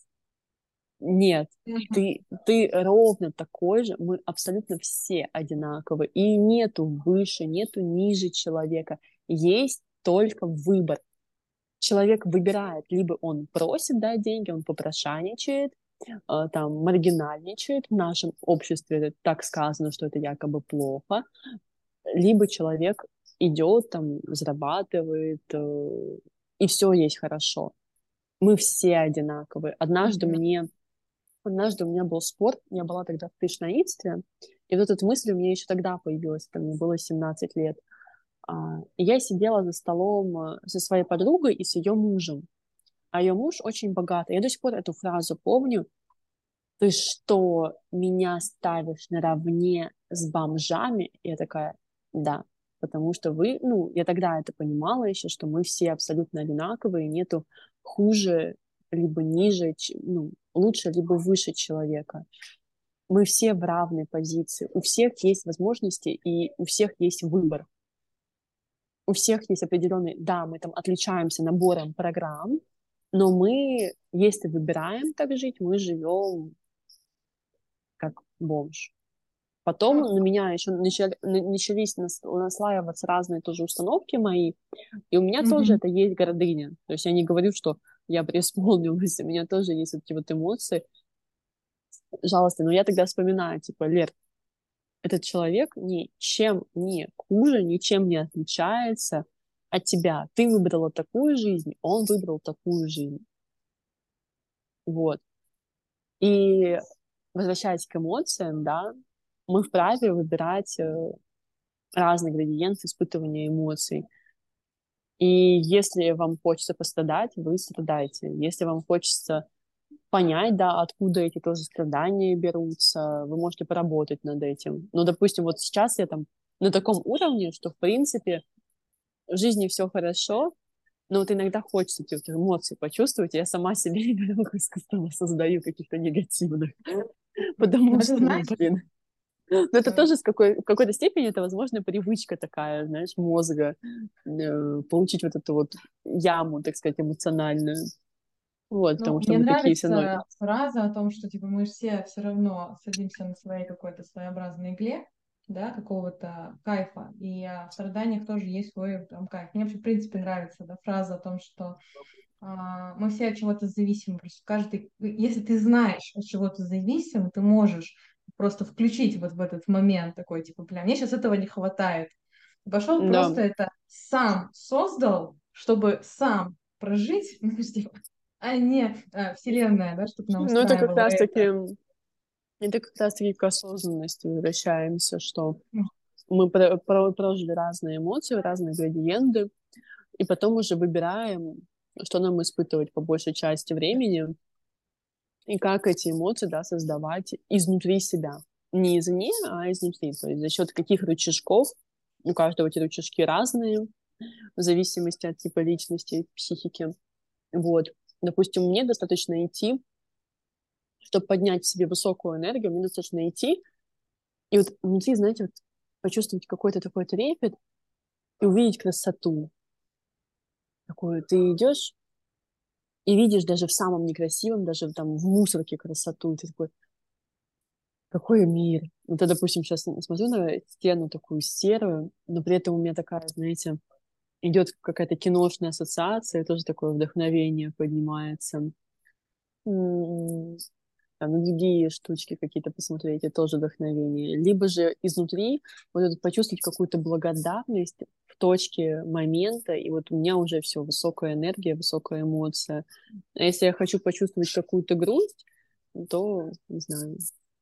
Нет, Мгм. ты ровно такой же, мы абсолютно все одинаковы. И нету выше, нету ниже человека. Есть только выбор. Человек выбирает, либо он просит, да, деньги, он попрошайничает, там, маргинальничает. В нашем обществе это так сказано, что это якобы плохо. Либо человек идет, там, зарабатывает, и все есть хорошо. Мы все одинаковые. Мгм. Однажды у меня был спор, я была тогда в кришнаитстве, и вот эта мысль у меня еще тогда появилась, когда мне было 17 лет. И я сидела за столом со своей подругой и с ее мужем. А ее муж очень богатый. Я до сих пор эту фразу помню. Ты что, меня ставишь наравне с бомжами? И я такая, да. Потому что вы, ну, я тогда это понимала еще, что мы все абсолютно одинаковые, нету хуже либо ниже, ну, лучше либо выше человека. Мы все в равной позиции. У всех есть возможности и у всех есть выбор. У всех есть определенный, да, мы там отличаемся набором программ, но мы, если выбираем так жить, мы живем как бомж. Потом Ну, на меня еще начались наслаиваться разные тоже установки мои, и у меня тоже мгм. это есть гордыня. То есть я не говорю, что я преисполнилась, у меня тоже есть эти вот эмоции жалости. Но я тогда вспоминаю, типа, Лер, этот человек ничем не хуже, ничем не отличается от тебя. Ты выбрала такую жизнь, он выбрал такую жизнь. Вот. И возвращаясь к эмоциям, да, мы вправе выбирать разные градиенты испытывания эмоций. И если вам хочется пострадать, вы страдаете. Если вам хочется понять, да, откуда эти тоже страдания берутся, вы можете поработать над этим. Ну, допустим, вот сейчас я там на таком уровне, что, в принципе, в жизни все хорошо, но вот иногда хочется эти вот эмоции почувствовать, и я сама себе немного создаю каких-то негативных. Ну, Потому это что, ну, знаете, блин. Но это э, тоже в какой-то степени это, возможно, привычка такая, знаешь, мозга, получить вот эту вот яму, так сказать, эмоциональную. Вот, ну, потому что мне мы такие все равно... нравится фраза о том, что типа мы все равно садимся на своей какой-то своеобразной игле, да, какого-то кайфа, и в страданиях тоже есть свой там кайф. Мне вообще, в принципе, нравится, да, фраза о том, что мы все от чего-то зависимы. Просто каждый, если ты знаешь, от чего ты зависим, ты можешь просто включить вот в этот момент такой, типа, бля, мне сейчас этого не хватает. Пошел Да, просто это сам создал, чтобы сам прожить, ну, типа, а не Вселенная, да, чтобы нам ну устраивала это. это как раз-таки к осознанности возвращаемся, что Ну, мы прожили разные эмоции, разные градиенты, и потом уже выбираем, что нам испытывать по большей части времени, и как эти эмоции, да, создавать изнутри себя. Не извне, а изнутри. То есть за счет каких рычажков, у каждого эти рычажки разные, в зависимости от типа личности, психики. Вот. Допустим, мне достаточно идти, чтобы поднять в себе высокую энергию, мне достаточно идти, и вот внутри, знаете, вот почувствовать какой-то такой трепет и увидеть красоту. Такую ты идешь и видишь даже в самом некрасивом, даже там в мусорке красоту. И ты такой, какой мир. Вот я, допустим, сейчас смотрю на стену такую серую, но при этом у меня такая, знаете, идет какая-то киношная ассоциация, тоже такое вдохновение поднимается. М, Там, на другие штучки какие-то посмотреть, это тоже вдохновение. Либо же изнутри вот это почувствовать какую-то благодарность в точке момента, и вот у меня уже все, высокая энергия, высокая эмоция. А если я хочу почувствовать какую-то грусть, то, не знаю,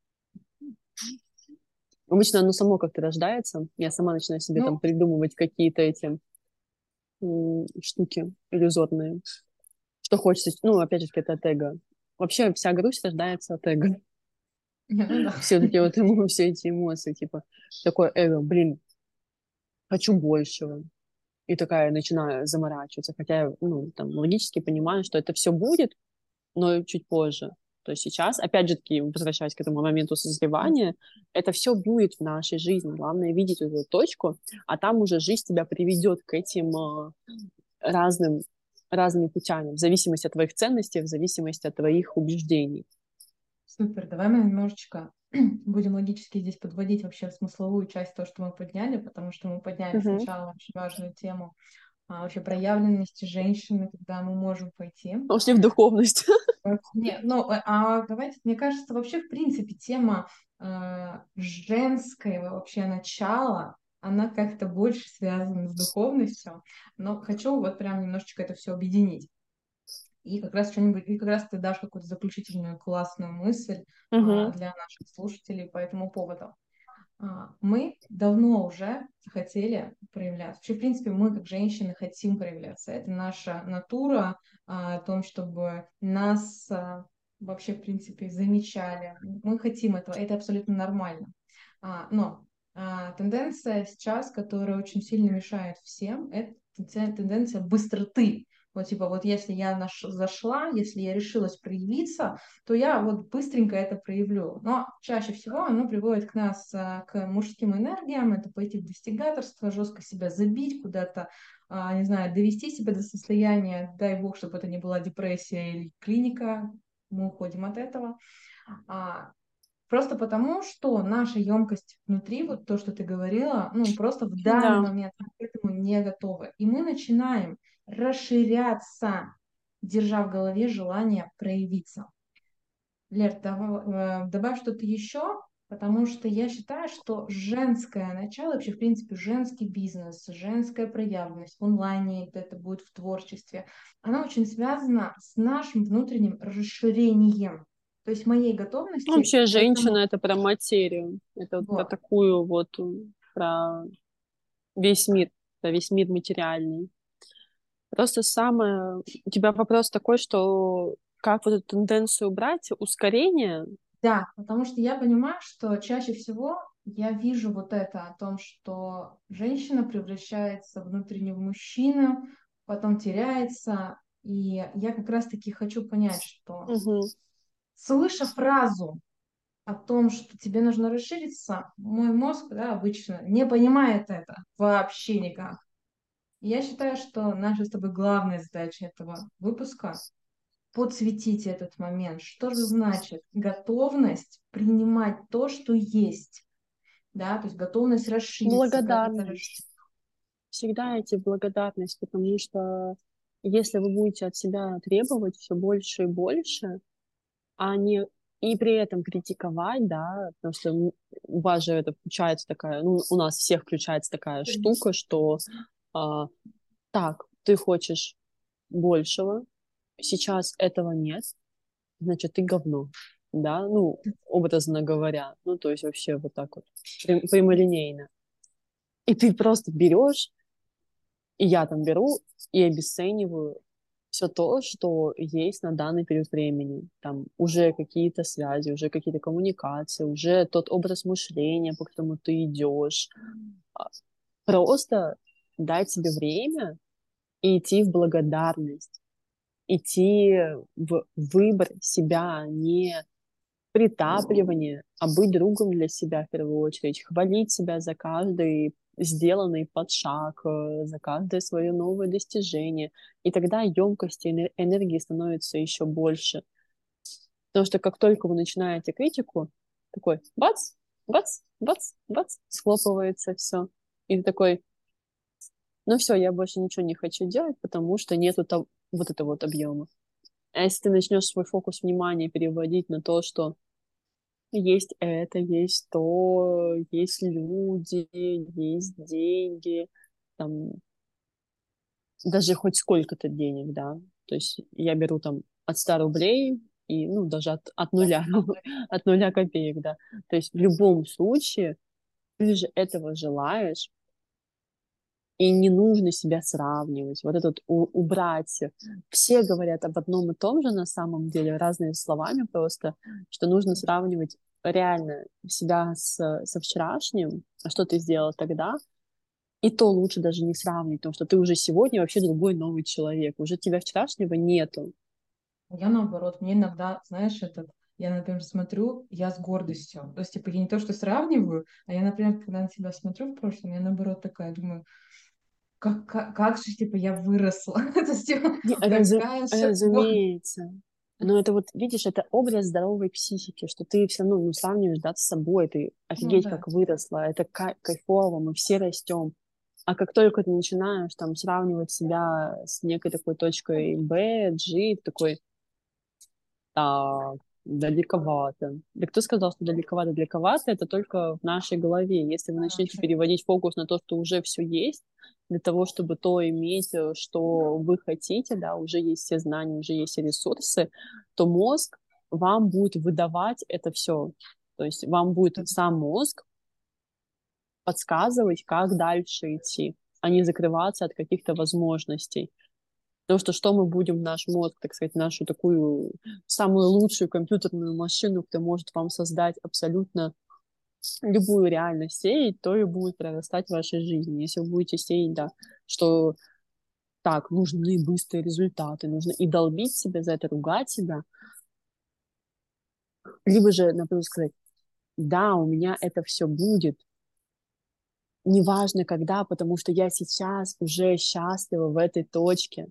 обычно оно само как-то рождается. Я сама начинаю себе там ну, придумывать какие-то эти штуки иллюзорные. Что хочется, ну, опять же, это от эго. Вообще вся грусть рождается от эго. ну да. Все эти вот все эти эмоции, типа, такое эго, блин, хочу большего. И такая начинаю заморачиваться, хотя я, ну, там, логически понимаю, что это все будет, но чуть позже. То есть сейчас, опять же таки, возвращаясь к этому моменту созревания, это все будет в нашей жизни. Главное видеть эту точку, а там уже жизнь тебя приведет к этим разным, разными путями, в зависимости от твоих ценностей, в зависимости от твоих убеждений. Супер, давай мы немножечко будем логически здесь подводить вообще смысловую часть, то, что мы подняли, потому что мы подняли Мгм. сначала очень важную тему вообще проявленности женщины, когда мы можем пойти. Ушли в духовность. Нет, ну, давайте, мне кажется, вообще, в принципе, тема женского вообще начала, она как-то больше связана с духовностью, но хочу вот прям немножечко это все объединить. И как раз что-нибудь, и как раз ты дашь какую-то заключительную классную мысль Мгм. для наших слушателей по этому поводу. Мы давно уже хотели проявляться. Вообще, в принципе, мы, как женщины, хотим проявляться. Это наша натура о том, чтобы нас вообще, в принципе, замечали. Мы хотим этого. Это абсолютно нормально. Но тенденция сейчас, которая очень сильно мешает всем, это тенденция быстроты. Вот типа, вот если я зашла, если я решилась проявиться, то я вот быстренько это проявлю. Но чаще всего оно приводит к нас, к мужским энергиям, это пойти в достигаторство, жестко себя забить куда-то, не знаю, довести себя до состояния, дай бог, чтобы это не была депрессия или клиника, мы уходим от этого. А, Просто потому, что наша емкость внутри, вот то, что ты говорила, ну, просто в данный Да. момент мы к этому не готовы. И мы начинаем расширяться, держа в голове желание проявиться. Лер, добавь что-то еще, потому что я считаю, что женское начало, вообще, в принципе, женский бизнес, женская проявленность в онлайне, это будет в творчестве, она очень связана с нашим внутренним расширением, то есть моей Ну, готовности вообще, к этому. женщина — это про материю. Это вот про Вот. такую вот, про весь мир, про весь мир материальный. Просто самое... У тебя вопрос такой, что как вот эту тенденцию убрать, ускорение? Да, потому что я понимаю, что чаще всего я вижу вот это о том, что женщина превращается внутренне в мужчину, потом теряется. И я как раз-таки хочу понять, что Мгм. слыша фразу о том, что тебе нужно расшириться, мой мозг, да, обычно не понимает это вообще никак. И я считаю, что наша с тобой главная задача этого выпуска подсветить этот момент. Что же значит готовность принимать то, что есть, да, то есть готовность расшириться, как это расширить. Благодарность. Всегда идти в благодарность, потому что если вы будете от себя требовать все больше и больше, а не и при этом критиковать, да, потому что у вас же это включается такая, ну, у нас всех включается такая штука, что а, так, ты хочешь большего, сейчас этого нет, значит, ты говно, да, ну, образно говоря, ну, то есть вообще вот так вот, прямолинейно. И ты просто берешь, и я там беру и обесцениваю все то, что есть на данный период времени. Там уже какие-то связи, уже какие-то коммуникации, уже тот образ мышления, по которому ты идешь. А, Просто дать себе время и идти в благодарность, идти в выбор себя, не притапливание, а быть другом для себя в первую очередь, хвалить себя за каждый сделанный подшаг, за каждое свое новое достижение. И тогда емкости энергии становится еще больше. Потому что как только вы начинаете критику, такой бац, бац, бац, бац, схлопывается все. И ты такой, ну все, я больше ничего не хочу делать, потому что нету вот этого вот объема. А если ты начнешь свой фокус внимания переводить на то, что есть это, есть то, есть люди, есть деньги, там, даже хоть сколько-то денег, да. То есть я беру там от 100 рублей и, ну, даже от нуля, от нуля копеек, да. То есть в любом случае ты же этого желаешь, и не нужно себя сравнивать. Вот этот убрать. Все говорят об одном и том же на самом деле, разными словами просто, что нужно сравнивать реально себя со вчерашним, а что ты сделал тогда, И то лучше даже не сравнивать, потому что ты уже сегодня вообще другой новый человек. Уже тебя вчерашнего нету. Я наоборот, мне иногда, знаешь, я, например, смотрю, я с гордостью. То есть, типа, я не то, что сравниваю, а я, например, когда на себя смотрю в прошлом, я наоборот такая думаю, как же, типа, я выросла. То есть, типа, какая же... Разумеется. Но это вот, видишь, это образ здоровой психики, что ты все равно ну, сравниваешь, да, с собой, ты Ну офигеть, да. как выросла, это кайфово, мы все растем. А как только ты начинаешь там сравнивать себя с некой такой точкой Б, G, ты такой, так, далековато. Да кто сказал, что далековато? Далековато это только в нашей голове. Если вы начнете Вообще. переводить фокус на то, что уже все есть, для того, чтобы то иметь, что вы хотите, да, уже есть все знания, уже есть все ресурсы, то мозг вам будет выдавать это все. То есть вам будет сам мозг подсказывать, как дальше идти, а не закрываться от каких-то возможностей. Потому что мы будем наш мозг, так сказать, нашу такую самую лучшую компьютерную машину, кто может вам создать абсолютно любую реальность сеять, то и будет прорастать в вашей жизни. Если вы будете сеять, да, что так, нужны быстрые результаты, нужно и долбить себя за это, ругать себя, либо же, например, сказать, да, у меня это все будет, неважно когда, потому что я сейчас уже счастлива в этой точке.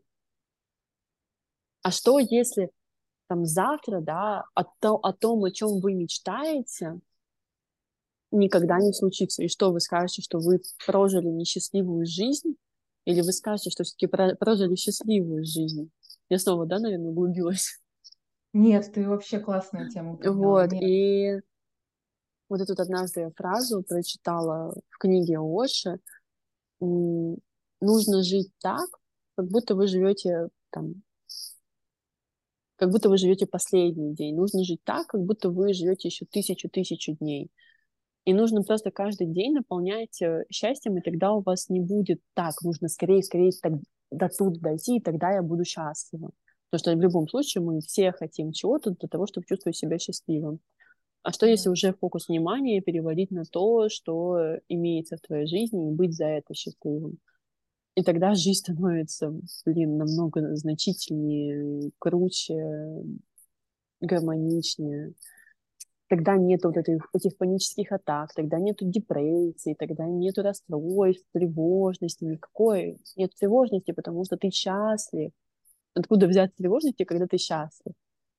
А что, если там завтра, да, о том, о чем вы мечтаете, никогда не случится. И что вы скажете, что вы прожили несчастливую жизнь, или вы скажете, что все-таки прожили счастливую жизнь? Я снова, да, наверное, углубилась. Нет, ты вообще классную тему подняла. Вот, Нет. и вот эту однажды я фразу прочитала в книге Оши. м, Нужно жить так, как будто вы живете там, как будто вы живете последний день. Нужно жить так, как будто вы живете еще тысячу дней. И нужно просто каждый день наполнять счастьем, и тогда у вас не будет так, нужно скорее до тут дойти, и тогда я буду счастлива. Потому что в любом случае мы все хотим чего-то для того, чтобы чувствовать себя счастливым. А что если Да. уже фокус внимания переводить на то, что имеется в твоей жизни, и быть за это счастливым? И тогда жизнь становится, блин, намного значительнее, круче, гармоничнее. Тогда нет вот этих панических атак, тогда нету депрессии, тогда нету расстройств, тревожности, никакой. Нет тревожности, потому что ты счастлив. Откуда взять тревожности, когда ты счастлив?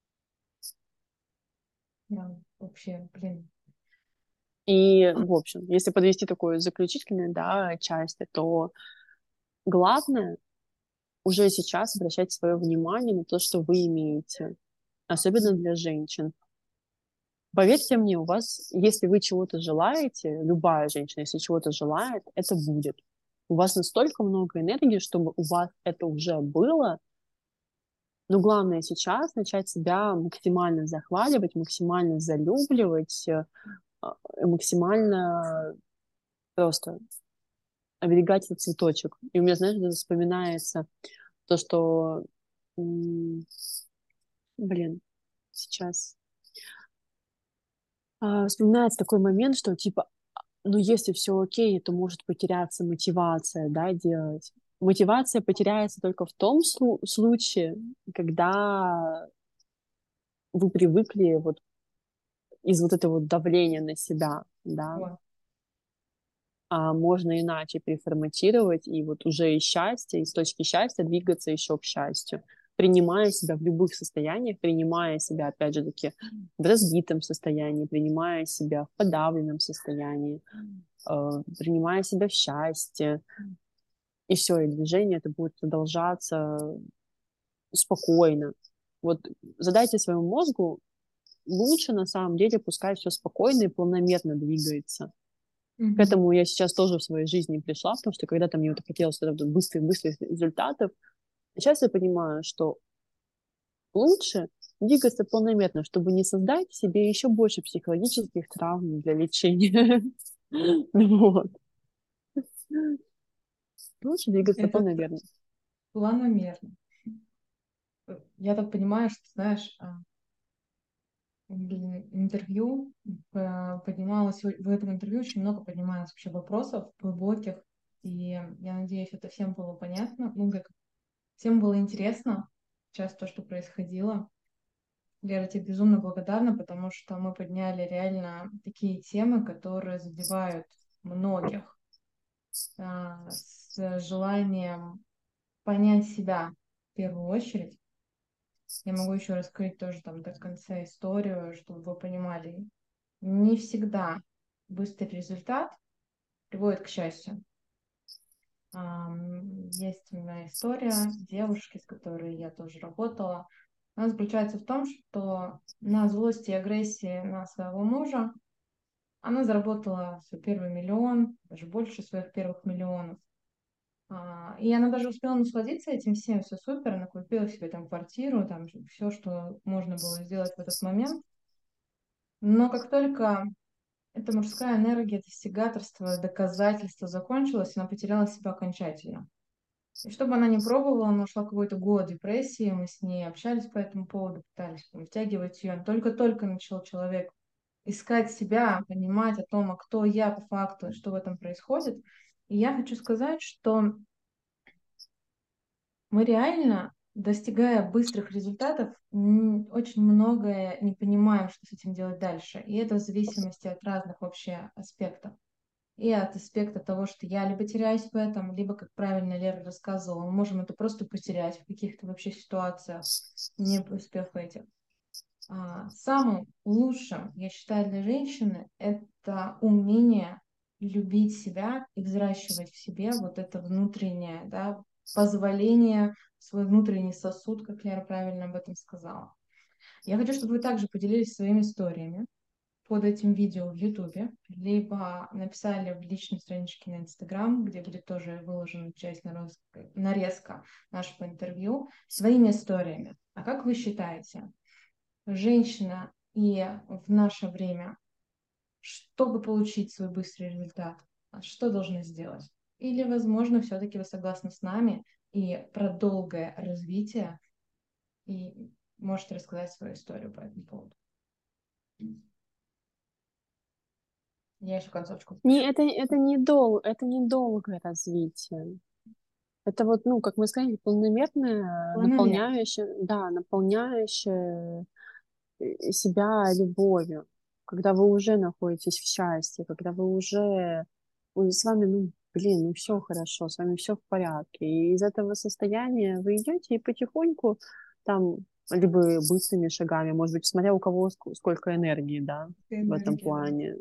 Да, вообще, блин. И, в общем, если подвести такую заключительную, да, часть, то главное уже сейчас обращать свое внимание на то, что вы имеете, особенно для женщин. Поверьте мне, у вас, если вы чего-то желаете, любая женщина, если чего-то желает, это будет. У вас настолько много энергии, чтобы у вас это уже было. Но главное сейчас начать себя максимально захваливать, максимально залюбливать, максимально просто оберегать этот цветочек. И у меня, знаешь, даже вспоминается то, что, м, блин, сейчас вспоминается такой момент, что типа ну, если все окей, то может потеряться мотивация, да, делать. Мотивация потеряется только в том случае, когда вы привыкли вот из вот этого вот давления на себя, да, Вот. а можно иначе переформатировать и вот уже из счастья, из точки счастья двигаться еще к счастью, принимая себя в любых состояниях, принимая себя, опять же таки, в разбитом состоянии, принимая себя в подавленном состоянии, принимая себя в счастье, и все, и движение это будет продолжаться спокойно. Вот задайте своему мозгу лучше на самом деле, пускай все спокойно и планомерно двигается. К Мгм. этому я сейчас тоже в своей жизни пришла, потому что когда-то мне вот хотелось быстрых результатов. Сейчас я понимаю, что лучше двигаться планомерно, чтобы не создать себе еще больше психологических травм для лечения. Вот. Лучше двигаться Это планомерно. планомерно. Я так понимаю, что, знаешь, интервью поднималось, в этом интервью очень много поднималось вообще вопросов глубоких, И я надеюсь, это всем было понятно, ну, как всем было интересно сейчас то, что происходило. Лера, тебе безумно благодарна, потому что мы подняли реально такие темы, которые задевают многих с желанием понять себя в первую очередь. Я могу еще раскрыть тоже там до конца историю, чтобы вы понимали. Не всегда быстрый результат приводит к счастью. Есть у меня история девушки, с которой я тоже работала. Она заключается в том, что на злости и агрессии на своего мужа она заработала свой первый миллион, даже больше своих первых миллионов. И она даже успела насладиться этим всем, все супер, она купила себе там квартиру, там все, что можно было сделать в этот момент. Но как только эта мужская энергия, достигаторство, доказательство закончилось, она потеряла себя окончательно. И чтобы она не пробовала, она ушла какой-то год депрессии, мы с ней общались по этому поводу, пытались там, втягивать ее. Только-только начал человек искать себя, понимать о том, а кто я по факту, что в этом происходит. И я хочу сказать, что мы реально, достигая быстрых результатов, очень многое не понимаем, что с этим делать дальше. И это в зависимости от разных вообще аспектов. И от аспекта того, что я либо теряюсь в этом, либо, как правильно Лера рассказывала, мы можем это просто потерять в каких-то вообще ситуациях, не успев этих. Самым лучшим, я считаю, для женщины это умение любить себя и взращивать в себе вот это внутреннее, да, позволение, свой внутренний сосуд, как Лера правильно об этом сказала. Я хочу, чтобы вы также поделились своими историями под этим видео в Ютубе, либо написали в личной страничке на Инстаграм, где будет тоже выложена часть нарезка нашего интервью, своими историями. А как вы считаете, женщина и в наше время, чтобы получить свой быстрый результат, что должны сделать? Или, возможно, все-таки вы согласны с нами и про долгое развитие, и можете рассказать свою историю по этому поводу? Я еще концовочку Не, запишу. это не долгое развитие. Это вот, ну, как мы сказали, полномерное, Планомерность. наполняющее себя любовью, когда вы уже находитесь в счастье, когда вы уже, с вами, ну, блин, ну все хорошо, с вами все в порядке. И из этого состояния вы идете и потихоньку там, либо быстрыми шагами, может быть, смотря у кого сколько энергии, да, в этом Энергия, да. плане.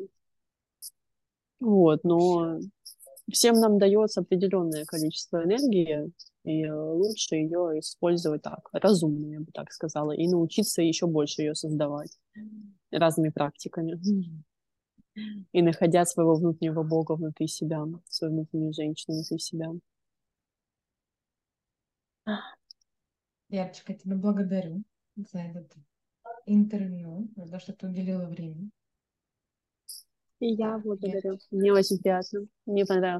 Вот, Вообще. но всем нам дается определенное количество энергии, и лучше ее использовать так, разумно, я бы так сказала, и научиться еще больше ее создавать разными практиками. И находя своего внутреннего бога внутри себя, свою внутреннюю женщину внутри себя. Ярочка, я тебя благодарю за этот интервью, за то, что ты уделила время. И я Да, благодарю. Мне очень приятно. Мне понравилось.